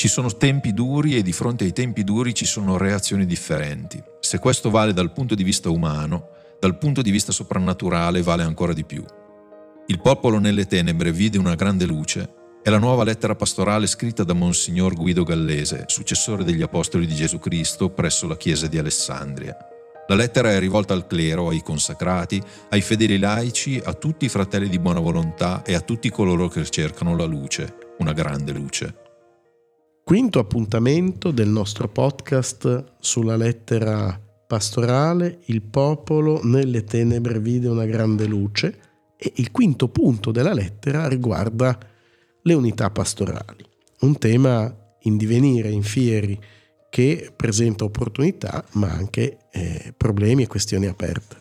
Ci sono tempi duri e di fronte ai tempi duri ci sono reazioni differenti. Se questo vale dal punto di vista umano, dal punto di vista soprannaturale vale ancora di più. Il popolo nelle tenebre vide una grande luce è la nuova lettera pastorale scritta da Monsignor Guido Gallese, successore degli Apostoli di Gesù Cristo presso la Chiesa di Alessandria. La lettera è rivolta al clero, ai consacrati, ai fedeli laici, a tutti i fratelli di buona volontà e a tutti coloro che cercano la luce, una grande luce. Quinto appuntamento del nostro podcast sulla lettera pastorale, il popolo nelle tenebre vide una grande luce, e il quinto punto della lettera riguarda le unità pastorali, un tema in divenire, in fieri, che presenta opportunità ma anche problemi e questioni aperte.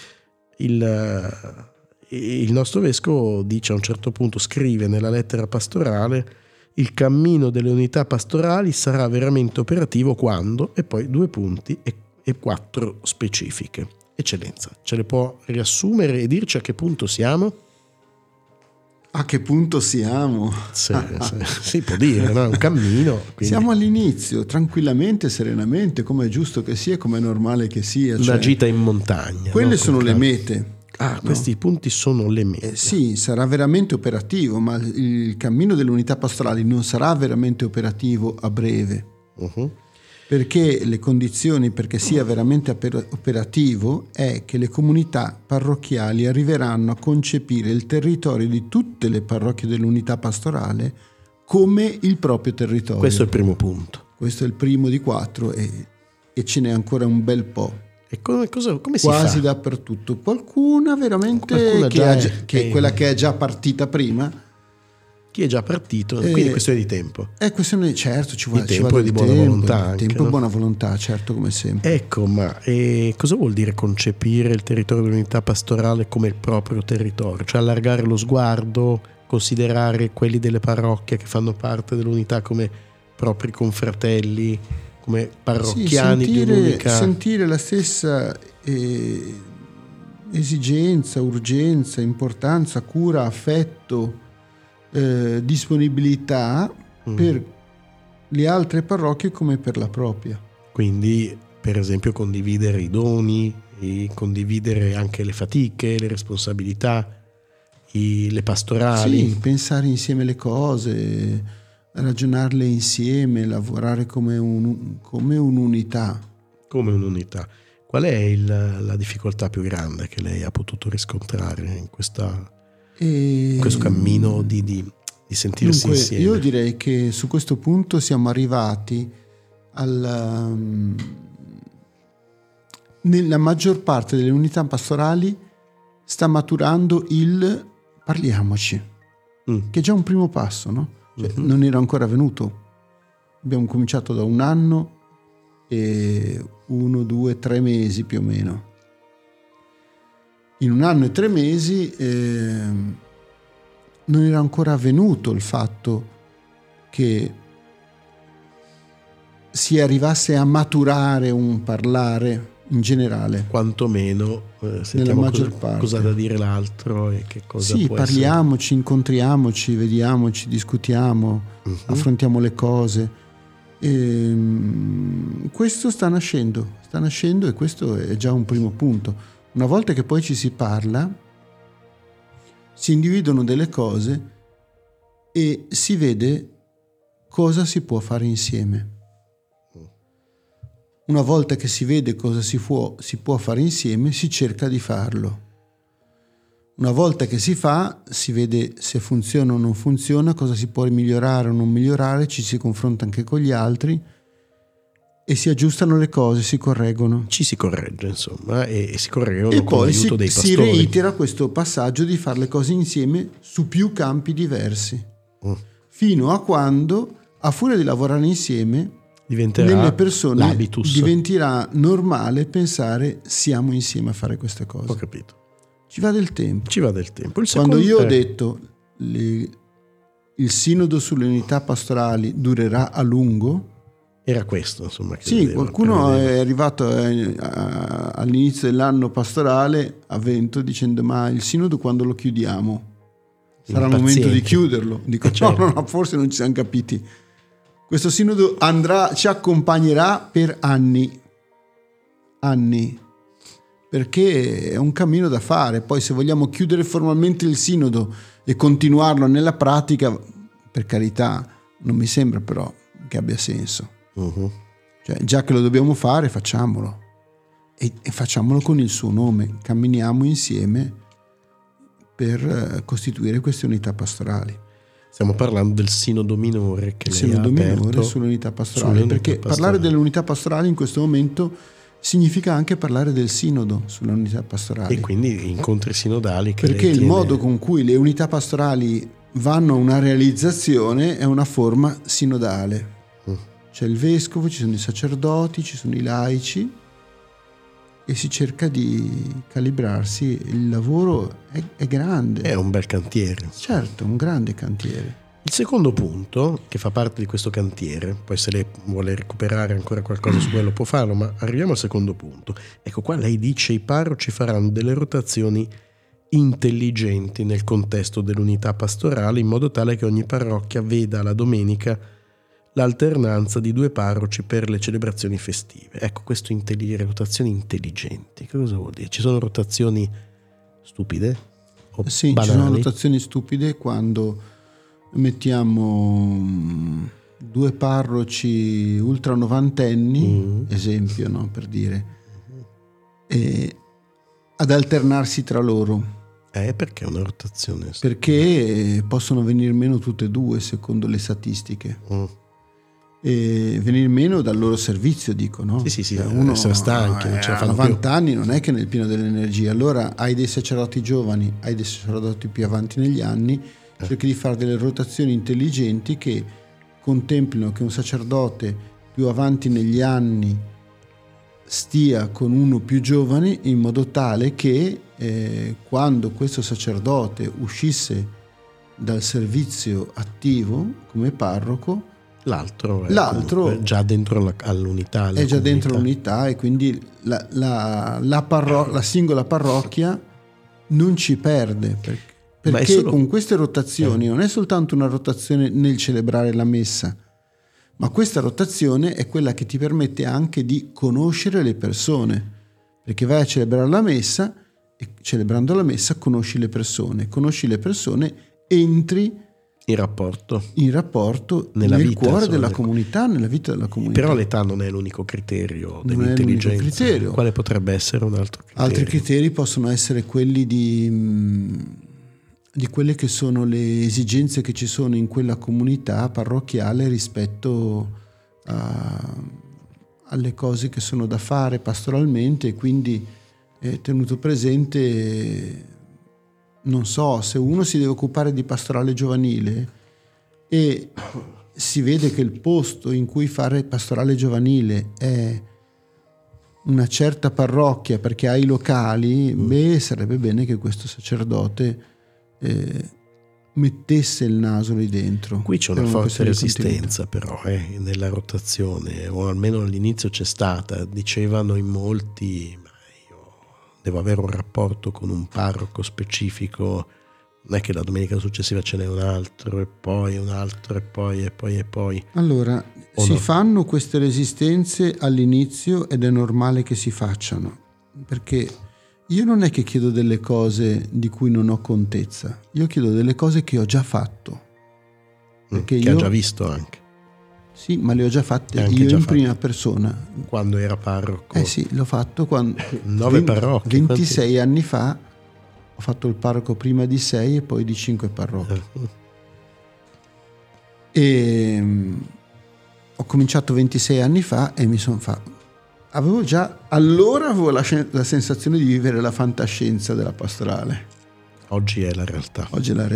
Il nostro vescovo dice a un certo punto, scrive nella lettera pastorale: il cammino delle unità pastorali sarà veramente operativo quando, e poi 2 punti e 4 specifiche. Eccellenza, ce le può riassumere e dirci a che punto siamo? A che punto siamo? Si può dire, no? È un cammino. Quindi... Siamo all'inizio, tranquillamente, serenamente, come è giusto che sia, come è normale che sia. Una gita in montagna. Quelle sono le mete. No? Questi punti sono le mete. Sì, sarà veramente operativo, ma il cammino delle unità pastorali non sarà veramente operativo a breve. Perché le condizioni perché sia veramente operativo è che le comunità parrocchiali arriveranno a concepire il territorio di tutte le parrocchie dell'unità pastorale come il proprio territorio. Questo è il primo punto. Questo è il primo di 4 e ce n'è ancora un bel po'. E come si quasi fa? Dappertutto. Qualcuna veramente quella che è già partita prima. Chi è già partito, quindi è questione di tempo. È questione di certo, ci vuole tempo e di buona volontà. Anche, tempo e no? buona volontà, certo, come sempre. Ecco, ma cosa vuol dire concepire il territorio dell'unità pastorale come il proprio territorio? Cioè allargare lo sguardo, considerare quelli delle parrocchie che fanno parte dell'unità come propri confratelli, come parrocchiani di un'unica... Sentire la stessa esigenza, urgenza, importanza, cura, affetto, disponibilità per le altre parrocchie come per la propria. Quindi, per esempio, condividere i doni, condividere anche le fatiche, le responsabilità, le pastorali. Sì, pensare insieme le cose, ragionarle insieme, lavorare come un'unità. Come un'unità. Qual è la difficoltà più grande che lei ha potuto riscontrare in questo cammino di sentirsi insieme? Io direi che su questo punto siamo arrivati nella maggior parte delle unità pastorali sta maturando il parliamoci, che è già un primo passo, no? Cioè, non era ancora venuto. Abbiamo cominciato da 1 anno e 1, 2, 3 mesi più o meno. In 1 anno e 3 mesi non era ancora avvenuto il fatto che si arrivasse a maturare un parlare in generale. Quantomeno nella maggior parte. Cosa da dire l'altro e che cosa sì, può parliamoci, essere. incontriamoci, vediamoci, discutiamo, affrontiamo le cose. Questo sta nascendo e questo è già un primo punto. Una volta che poi ci si parla, si individuano delle cose e si vede cosa si può fare insieme. Una volta che si vede cosa si può fare insieme, si cerca di farlo. Una volta che si fa, si vede se funziona o non funziona, cosa si può migliorare o non migliorare, ci si confronta anche con gli altri e si aggiustano le cose, si correggono. Ci si corregge, insomma, e si correggono e con poi l'aiuto dei pastori. Si reitera questo passaggio di fare le cose insieme su più campi diversi, fino a quando, a furia di lavorare insieme, diventerà nelle persone l'habitus. Diventerà normale pensare siamo insieme a fare queste cose. Ho capito. Ci va del tempo. Quando io ho detto il sinodo sulle unità pastorali durerà a lungo, era questo, insomma. Sì, qualcuno è arrivato all'inizio dell'anno pastorale a Vento dicendo ma il sinodo quando lo chiudiamo? Sarà il momento di chiuderlo. Dico certo. no, forse non ci siamo capiti. Questo sinodo ci accompagnerà per anni, perché è un cammino da fare. Poi se vogliamo chiudere formalmente il sinodo e continuarlo nella pratica, per carità, non mi sembra però che abbia senso. Cioè, già che lo dobbiamo fare, facciamolo e facciamolo con il suo nome, camminiamo insieme per costituire queste unità pastorali. Stiamo parlando del sinodo minore che lei ha aperto. Sinodo minore sull'unità pastorale, perché parlare delle unità pastorali in questo momento significa anche parlare del sinodo sulle unità pastorali. E quindi incontri sinodali che perché il modo con cui le unità pastorali vanno a una realizzazione è una forma sinodale. C'è il vescovo, ci sono i sacerdoti, ci sono i laici e si cerca di calibrarsi. Il lavoro è grande. È un bel cantiere. Certo, un grande cantiere. Il secondo punto, che fa parte di questo cantiere, poi se lei vuole recuperare ancora qualcosa su quello può farlo, ma arriviamo al secondo punto. Ecco qua lei dice i parroci faranno delle rotazioni intelligenti nel contesto dell'unità pastorale, in modo tale che ogni parrocchia veda la domenica l'alternanza di 2 parroci per le celebrazioni festive. Ecco, questo rotazioni intelligenti, che cosa vuol dire? Ci sono rotazioni stupide o sì, banali? Ci sono rotazioni stupide quando mettiamo 2 parroci ultra novantenni, esempio, no, per dire, ad alternarsi tra loro. Perché è una rotazione? Perché possono venire meno tutte e 2 secondo le statistiche. E venire meno dal loro servizio, dico, no? Sì, uno essere stanchi, non ce la fanno 90 più. anni non è che nel pieno dell'energia. Allora hai dei sacerdoti giovani, hai dei sacerdoti più avanti negli anni, cerchi di fare delle rotazioni intelligenti che contemplino che un sacerdote più avanti negli anni stia con uno più giovane, in modo tale che quando questo sacerdote uscisse dal servizio attivo come parroco, l'altro è già dentro all'unità. È già dentro l'unità, e quindi la singola parrocchia non ci perde, perché con queste rotazioni non è soltanto una rotazione nel celebrare la messa, ma questa rotazione è quella che ti permette anche di conoscere le persone, perché vai a celebrare la messa e celebrando la messa conosci le persone, entri in rapporto nel cuore della comunità, nella vita della comunità. Però l'età non è l'unico criterio dell'intelligenza. Quale potrebbe essere un altro criterio? Altri criteri possono essere quelli di quelle che sono le esigenze che ci sono in quella comunità parrocchiale rispetto alle cose che sono da fare pastoralmente, e quindi è tenuto presente. Non so, se uno si deve occupare di pastorale giovanile e si vede che il posto in cui fare pastorale giovanile è una certa parrocchia perché ha i locali, sarebbe bene che questo sacerdote mettesse il naso lì dentro. Qui c'è una forte resistenza però nella rotazione, o almeno all'inizio c'è stata. Dicevano in molti: devo avere un rapporto con un parroco specifico, non è che la domenica successiva ce n'è un altro e poi un altro e poi. Allora, fanno queste resistenze all'inizio ed è normale che si facciano, perché io non è che chiedo delle cose di cui non ho contezza, io chiedo delle cose che ho già fatto. Che ha già visto anche. Sì, ma le ho già fatte io in prima persona. Quando era parroco? Sì, l'ho fatto quando 9 parrocchie. 26 anni fa ho fatto il parroco prima di 6 e poi di 5 parrocchie. E ho cominciato 26 anni fa e mi sono fatto. Avevo la sensazione di vivere la fantascienza della pastorale. Oggi è la realtà.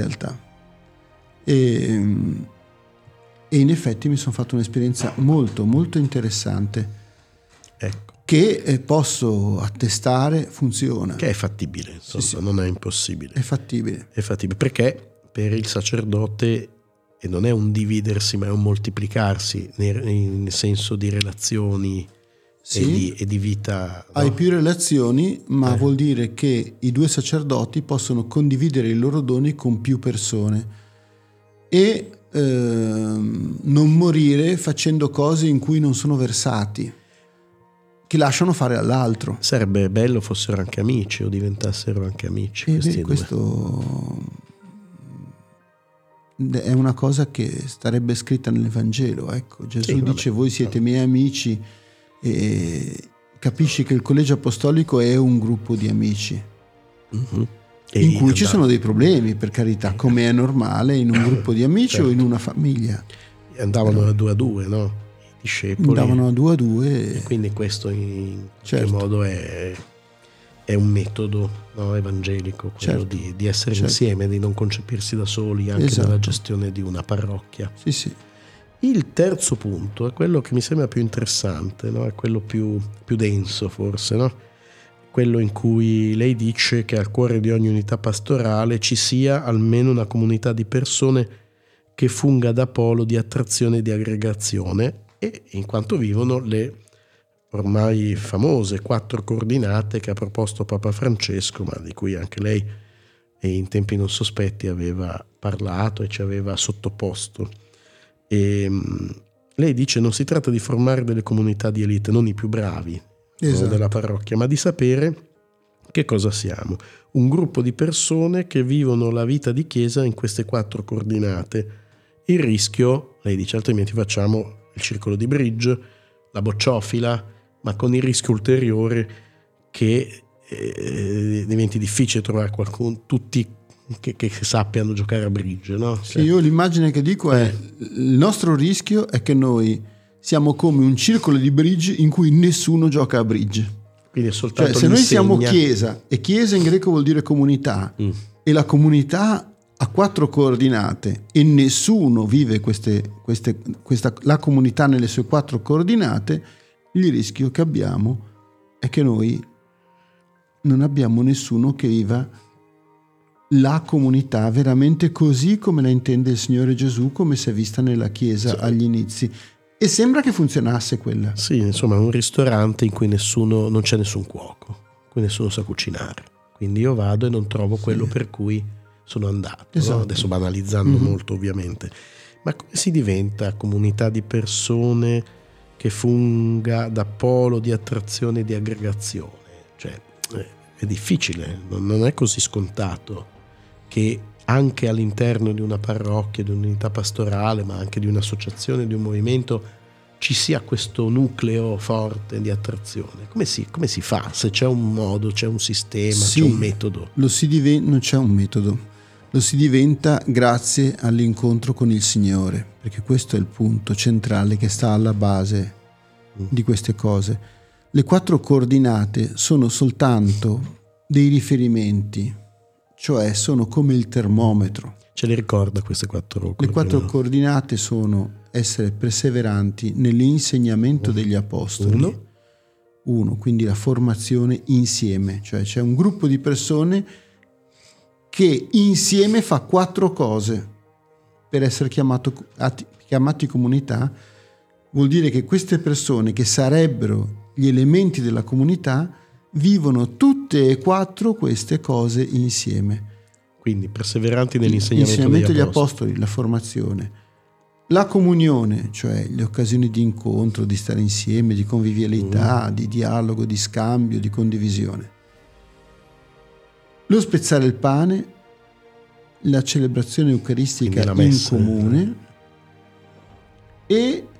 E in effetti mi sono fatto un'esperienza molto molto interessante, ecco, che posso attestare funziona, che è fattibile, insomma, sì. Non è impossibile, è fattibile perché per il sacerdote non è un dividersi ma è un moltiplicarsi nel senso di relazioni, sì, e di vita, no? Hai più relazioni, ma vuol dire che i 2 sacerdoti possono condividere i loro doni con più persone, e non morire facendo cose in cui non sono versati, che lasciano fare all'altro. Sarebbe bello fossero anche amici o diventassero anche amici. Questo è una cosa che starebbe scritta nell'Evangelo. Ecco, Gesù dice: voi siete miei amici, e capisci che il collegio apostolico è un gruppo di amici. Mm-hmm. In cui ci sono dei problemi, per carità, come è normale in un gruppo di amici, certo, o in una famiglia. Andavano a 2 a 2, no? I discepoli andavano a 2 a 2, e quindi questo in certo, qualche modo è un metodo, no, evangelico, quello, certo, di essere, certo, insieme, di non concepirsi da soli anche, esatto, nella gestione di una parrocchia. Sì, sì. Il terzo punto è quello che mi sembra più interessante, no? È quello più denso forse, no? Quello in cui lei dice che al cuore di ogni unità pastorale ci sia almeno una comunità di persone che funga da polo di attrazione e di aggregazione, e in quanto vivono le ormai famose 4 coordinate che ha proposto Papa Francesco, ma di cui anche lei in tempi non sospetti aveva parlato e ci aveva sottoposto. E lei dice: non si tratta di formare delle comunità di elite, non i più bravi, esatto, della parrocchia, ma di sapere che cosa siamo. Un gruppo di persone che vivono la vita di chiesa in queste 4 coordinate. Il rischio, lei dice, altrimenti facciamo il circolo di bridge, la bocciofila, ma con il rischio ulteriore che diventi difficile trovare qualcuno, tutti che sappiano giocare a bridge, no? Sì, io l'immagine che dico è: il nostro rischio è che noi siamo come un circolo di bridge in cui nessuno gioca a bridge. Quindi è soltanto, cioè, se noi siamo chiesa, e chiesa in greco vuol dire comunità, e la comunità ha 4 coordinate e nessuno vive la comunità nelle sue 4 coordinate, il rischio che abbiamo è che noi non abbiamo nessuno che viva la comunità veramente così come la intende il Signore Gesù, come si è vista nella Chiesa, sì, agli inizi. E sembra che funzionasse quella. Sì, insomma, un ristorante in cui non c'è nessun cuoco, in cui nessuno sa cucinare. Quindi io vado e non trovo quello, sì, per cui sono andato. Esatto. No? Adesso banalizzando molto, ovviamente. Ma come si diventa comunità di persone che funga da polo di attrazione e di aggregazione? Cioè, è difficile, non è così scontato che anche all'interno di una parrocchia, di un'unità pastorale, ma anche di un'associazione, di un movimento, ci sia questo nucleo forte di attrazione. Come si fa? Se c'è un modo, c'è un sistema, sì, c'è un metodo? Non c'è un metodo. Lo si diventa grazie all'incontro con il Signore, perché questo è il punto centrale che sta alla base di queste cose. Le 4 coordinate sono soltanto dei riferimenti, cioè sono come il termometro. Ce le ricorda queste 4 coordinate? Le 4 coordinate sono essere perseveranti nell'insegnamento degli apostoli. 1, quindi la formazione insieme, cioè c'è un gruppo di persone che insieme fa 4 cose per essere chiamati comunità. Vuol dire che queste persone, che sarebbero gli elementi della comunità, vivono tutte e 4 queste cose insieme. Quindi perseveranti nell'insegnamento degli apostoli, la formazione, la comunione, cioè le occasioni di incontro, di stare insieme, di convivialità, di dialogo, di scambio, di condivisione, lo spezzare il pane, la celebrazione eucaristica in comune e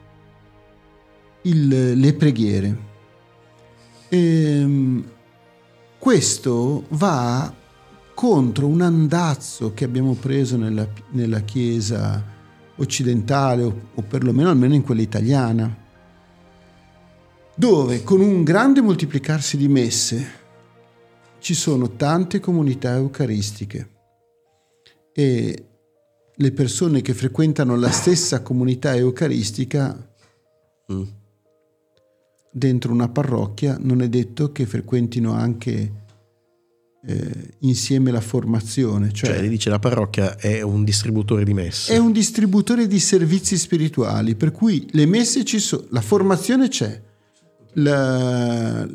le preghiere. Questo va contro un andazzo che abbiamo preso nella Chiesa occidentale, o perlomeno almeno in quella italiana, dove con un grande moltiplicarsi di messe ci sono tante comunità eucaristiche e le persone che frequentano la stessa comunità eucaristica dentro una parrocchia non è detto che frequentino anche insieme la formazione. Cioè dice, la parrocchia è un distributore di messe. È un distributore di servizi spirituali, per cui le messe ci sono, la formazione c'è, le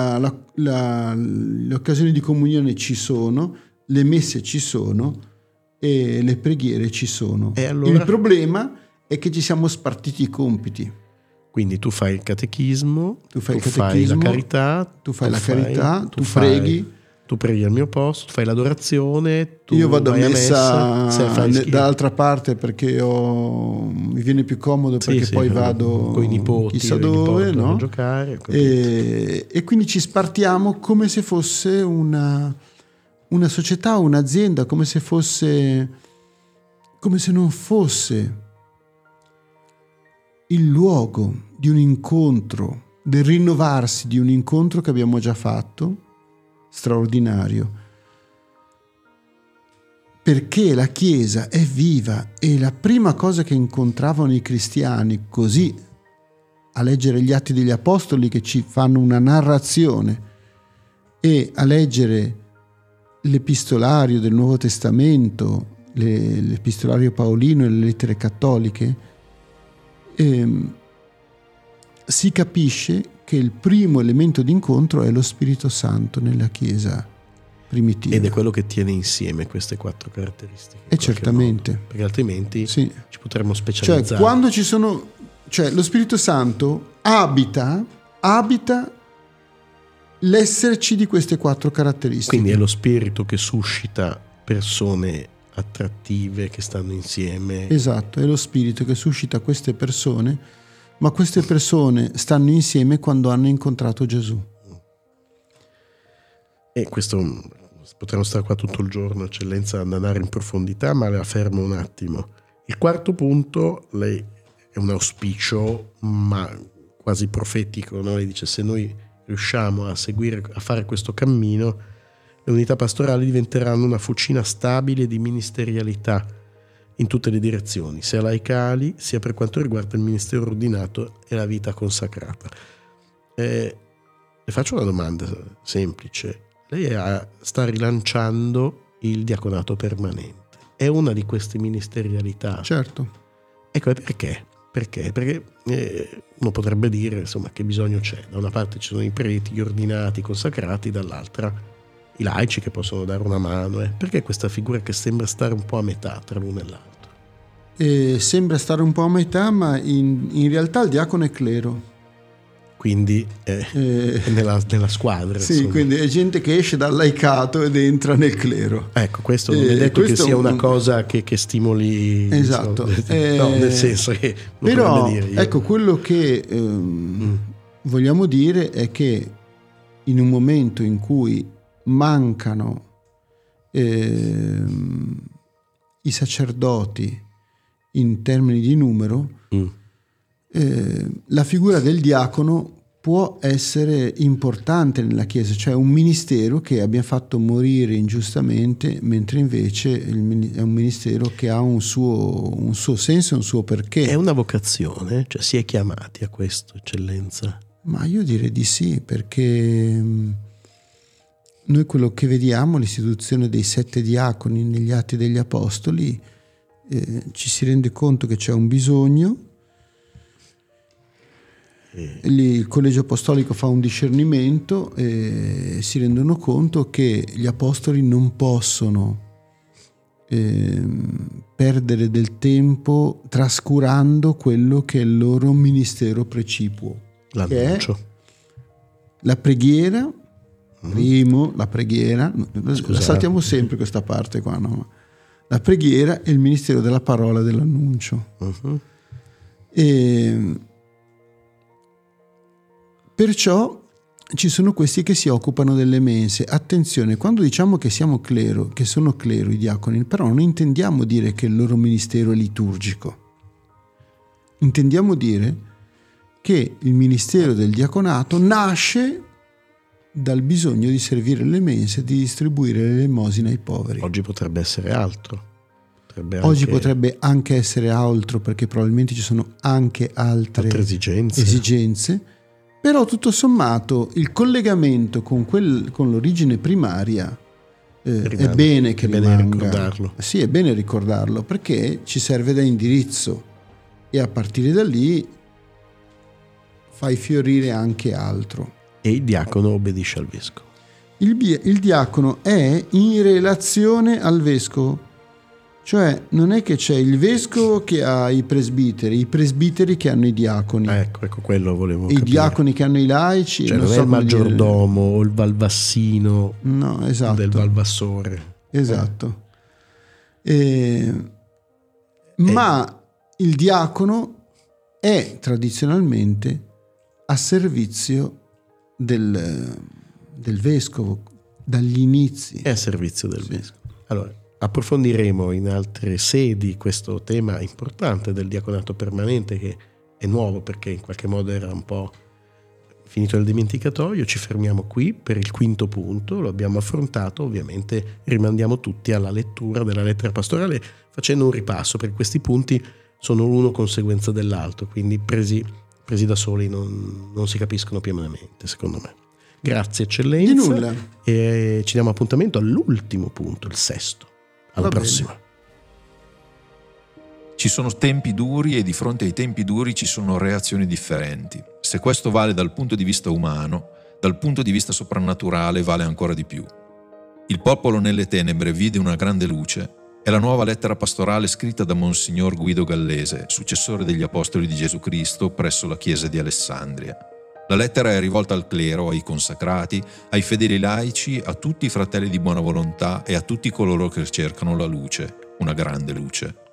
occasioni di comunione ci sono, le messe ci sono, e le preghiere ci sono. E allora? Il problema è che ci siamo spartiti i compiti. Quindi tu fai il catechismo, tu fai la carità, tu preghi, tu preghi al mio posto, tu fai l'adorazione, tu io vado a vai messa dall'altra parte perché mi viene più comodo, perché poi vado con i nipoti, chissà dove, no? A giocare, e quindi ci spartiamo come se fosse una società, un'azienda, come se non fosse il luogo di un incontro, del rinnovarsi di un incontro che abbiamo già fatto, straordinario, perché la Chiesa è viva e la prima cosa che incontravano i cristiani, così a leggere gli Atti degli Apostoli che ci fanno una narrazione e a leggere l'epistolario del Nuovo Testamento, l'epistolario paolino e le lettere cattoliche, si capisce che il primo elemento di incontro è lo Spirito Santo nella Chiesa primitiva. Ed è quello che tiene insieme queste 4 caratteristiche. E certamente. Modo, perché altrimenti ci potremmo specializzare. Cioè, quando ci sono... Cioè, lo Spirito Santo abita l'esserci di queste 4 caratteristiche. Quindi è lo Spirito che suscita persone attrattive che stanno insieme. Esatto, è lo Spirito che suscita queste persone, ma queste persone stanno insieme quando hanno incontrato Gesù. E questo potremmo stare qua tutto il giorno, eccellenza, ad andare in profondità, ma la fermo un attimo. Il quarto punto, lei è un auspicio, ma quasi profetico, no? Lei dice: se noi riusciamo a fare questo cammino, le unità pastorali diventeranno una fucina stabile di ministerialità in tutte le direzioni, sia laicali, sia per quanto riguarda il ministero ordinato e la vita consacrata. Le faccio una domanda semplice. Lei sta rilanciando il diaconato permanente. È una di queste ministerialità? Certo. Ecco, perché? Perché uno potrebbe dire, insomma, che bisogno c'è. Da una parte ci sono i preti, gli ordinati, i consacrati, dall'altra i laici che possono dare una mano. Perché questa figura che sembra stare un po' a metà tra l'uno e l'altro? Sembra stare un po' a metà, ma in realtà il diacono è clero. Quindi è nella squadra. Sì, insomma. Quindi è gente che esce dal laicato ed entra nel clero. Ecco, questo non è detto che sia una cosa che stimoli. Esatto. No, nel senso che non però, dire io. Ecco, quello che vogliamo dire è che in un momento in cui mancano i sacerdoti in termini di numero, la figura del diacono può essere importante nella Chiesa, cioè un ministero che abbia fatto morire ingiustamente, mentre invece è un ministero che ha un suo senso e un suo perché. È una vocazione? Cioè si è chiamati a questo, eccellenza? Ma io direi di sì, perché noi quello che vediamo, l'istituzione dei 7 diaconi negli Atti degli Apostoli, ci si rende conto che c'è un bisogno. Lì il collegio apostolico fa un discernimento e si rendono conto che gli apostoli non possono perdere del tempo trascurando quello che è il loro ministero precipuo, che è la preghiera. Primo, la preghiera. La saltiamo sempre questa parte qua, no? La preghiera e il ministero della parola e dell'annuncio. E perciò ci sono questi che si occupano delle mense. Attenzione, quando diciamo che siamo clero, che sono clero i diaconi, però non intendiamo dire che il loro ministero è liturgico. Intendiamo dire che il ministero del diaconato nasce dal bisogno di servire le mense e di distribuire l'elemosina ai poveri. Oggi potrebbe essere altro. Oggi potrebbe anche essere altro, perché probabilmente ci sono anche altre esigenze. Però tutto sommato il collegamento con l'origine primaria è bene che ricordarlo. Sì, è bene ricordarlo, perché ci serve da indirizzo e a partire da lì fai fiorire anche altro. E il diacono obbedisce al vescovo. Il diacono è in relazione al vescovo. Cioè non è che c'è il vescovo che ha i presbiteri che hanno i diaconi. Ecco quello volevo capire. I diaconi che hanno i laici. Cioè non è il maggiordomo o il valvassino, no, esatto, del valvassore. Esatto. Ma il diacono è tradizionalmente a servizio del vescovo dagli inizi. È a servizio del vescovo. Allora, approfondiremo in altre sedi questo tema importante del diaconato permanente, che è nuovo perché in qualche modo era un po' finito nel dimenticatoio. Ci fermiamo qui per il quinto punto, lo abbiamo affrontato, ovviamente rimandiamo tutti alla lettura della lettera pastorale facendo un ripasso, perché questi punti sono l'uno conseguenza dell'altro, quindi presi da soli non si capiscono pienamente, secondo me. Grazie eccellenza. Di nulla. E ci diamo appuntamento all'ultimo punto, il sesto. Alla prossima. Ci sono tempi duri e di fronte ai tempi duri ci sono reazioni differenti. Se questo vale dal punto di vista umano, dal punto di vista soprannaturale vale ancora di più. Il popolo nelle tenebre vide una grande luce è la nuova lettera pastorale scritta da Monsignor Guido Gallese, successore degli Apostoli di Gesù Cristo presso la Chiesa di Alessandria. La lettera è rivolta al clero, ai consacrati, ai fedeli laici, a tutti i fratelli di buona volontà e a tutti coloro che cercano la luce, una grande luce.